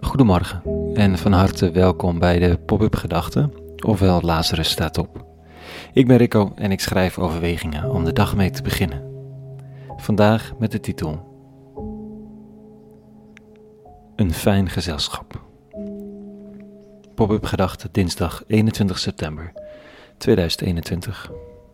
Goedemorgen en van harte welkom bij de Pop-up Gedachten, ofwel Lazarus staat op. Ik ben Rico en ik schrijf overwegingen om de dag mee te beginnen. Vandaag met de titel Een fijn gezelschap. Pop-up Gedachten dinsdag 21 september 2021.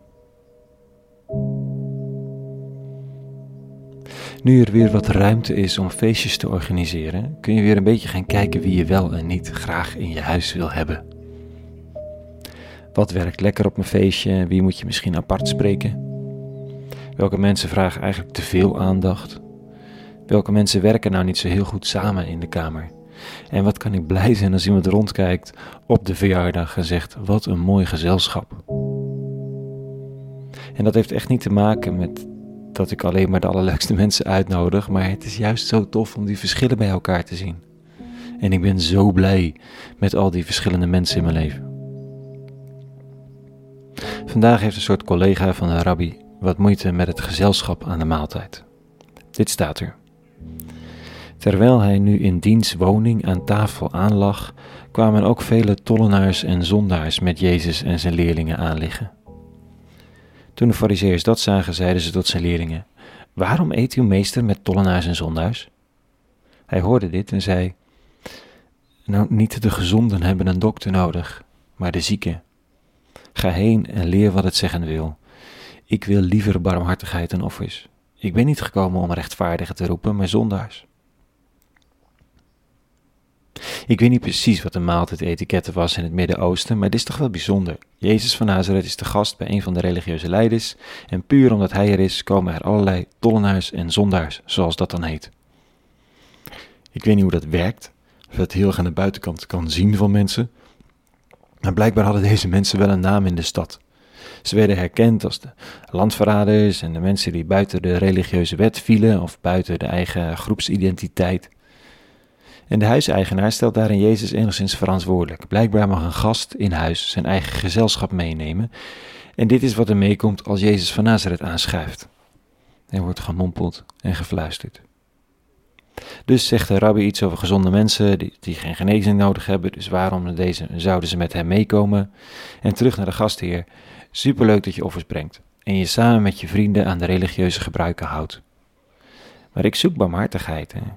Nu er weer wat ruimte is om feestjes te organiseren, kun je weer een beetje gaan kijken wie je wel en niet graag in je huis wil hebben. Wat werkt lekker op een feestje? Wie moet je misschien apart spreken? Welke mensen vragen eigenlijk te veel aandacht? Welke mensen werken nou niet zo heel goed samen in de kamer? En wat kan ik blij zijn als iemand rondkijkt op de verjaardag en zegt, wat een mooi gezelschap. En dat heeft echt niet te maken met dat ik alleen maar de allerleukste mensen uitnodig, maar het is juist zo tof om die verschillen bij elkaar te zien. En ik ben zo blij met al die verschillende mensen in mijn leven. Vandaag heeft een soort collega van de rabbi wat moeite met het gezelschap aan de maaltijd. Dit staat er. Terwijl hij nu in diens woning aan tafel aanlag, kwamen ook vele tollenaars en zondaars met Jezus en zijn leerlingen aanliggen. Toen de farizeeërs dat zagen, zeiden ze tot zijn leerlingen, waarom eet uw meester met tollenaars en zondaars? Hij hoorde dit en zei, nou, niet de gezonden hebben een dokter nodig, maar de zieken. Ga heen en leer wat het zeggen wil. Ik wil liever barmhartigheid en offers. Ik ben niet gekomen om rechtvaardigen te roepen, maar zondaars. Ik weet niet precies wat de maaltijdetiketten was in het Midden-Oosten, maar dit is toch wel bijzonder. Jezus van Nazareth is te gast bij een van de religieuze leiders en puur omdat hij er is, komen er allerlei tollenaars en zondaars, zoals dat dan heet. Ik weet niet hoe dat werkt, of je dat heel erg aan de buitenkant kan zien van mensen, maar blijkbaar hadden deze mensen wel een naam in de stad. Ze werden herkend als de landverraders en de mensen die buiten de religieuze wet vielen of buiten de eigen groepsidentiteit. En de huiseigenaar stelt daarin Jezus enigszins verantwoordelijk. Blijkbaar mag een gast in huis zijn eigen gezelschap meenemen. En dit is wat er meekomt als Jezus van Nazareth aanschuift. Er wordt gemompeld en gefluisterd. Dus zegt de rabbi iets over gezonde mensen die geen genezing nodig hebben. Dus waarom zouden ze met hem meekomen? En terug naar de gastheer. Superleuk dat je offers brengt. En je samen met je vrienden aan de religieuze gebruiken houdt. Maar ik zoek barmhartigheid, hè.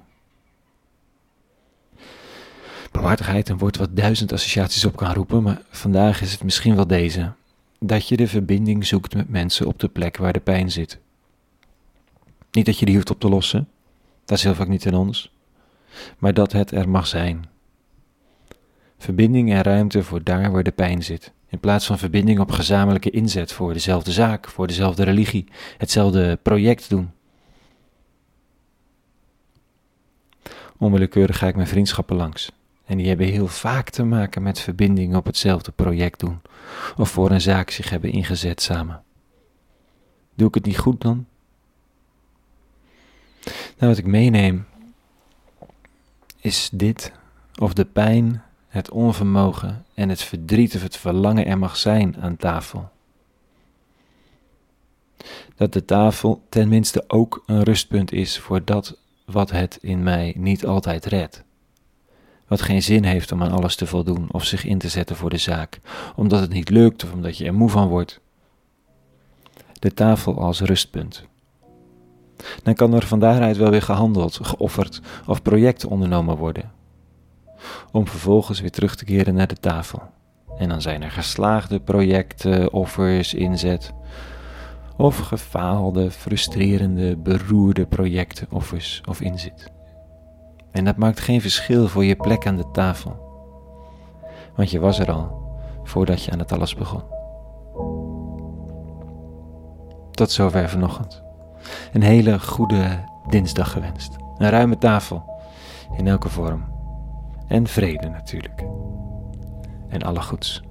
Barmhartigheid een woord wat 1000 associaties op kan roepen, maar vandaag is het misschien wel deze. Dat je de verbinding zoekt met mensen op de plek waar de pijn zit. Niet dat je die hoeft op te lossen, dat is heel vaak niet in ons, maar dat het er mag zijn. Verbinding en ruimte voor daar waar de pijn zit, in plaats van verbinding op gezamenlijke inzet voor dezelfde zaak, voor dezelfde religie, hetzelfde project doen. Onwillekeurig ga ik mijn vriendschappen langs. En die hebben heel vaak te maken met verbinding op hetzelfde project doen. Of voor een zaak zich hebben ingezet samen. Doe ik het niet goed dan? Nou, wat ik meeneem is dit. Of de pijn, het onvermogen en het verdriet of het verlangen er mag zijn aan tafel. Dat de tafel tenminste ook een rustpunt is voor dat wat het in mij niet altijd redt. Wat geen zin heeft om aan alles te voldoen of zich in te zetten voor de zaak, omdat het niet lukt of omdat je er moe van wordt. De tafel als rustpunt. Dan kan er van daaruit wel weer gehandeld, geofferd of projecten ondernomen worden. Om vervolgens weer terug te keren naar de tafel. En dan zijn er geslaagde projecten, offers, inzet. Of gefaalde, frustrerende, beroerde projecten, offers of inzet. En dat maakt geen verschil voor je plek aan de tafel. Want je was er al, voordat je aan het alles begon. Tot zover vanochtend. Een hele goede dinsdag gewenst. Een ruime tafel, in elke vorm. En vrede natuurlijk. En alle goeds.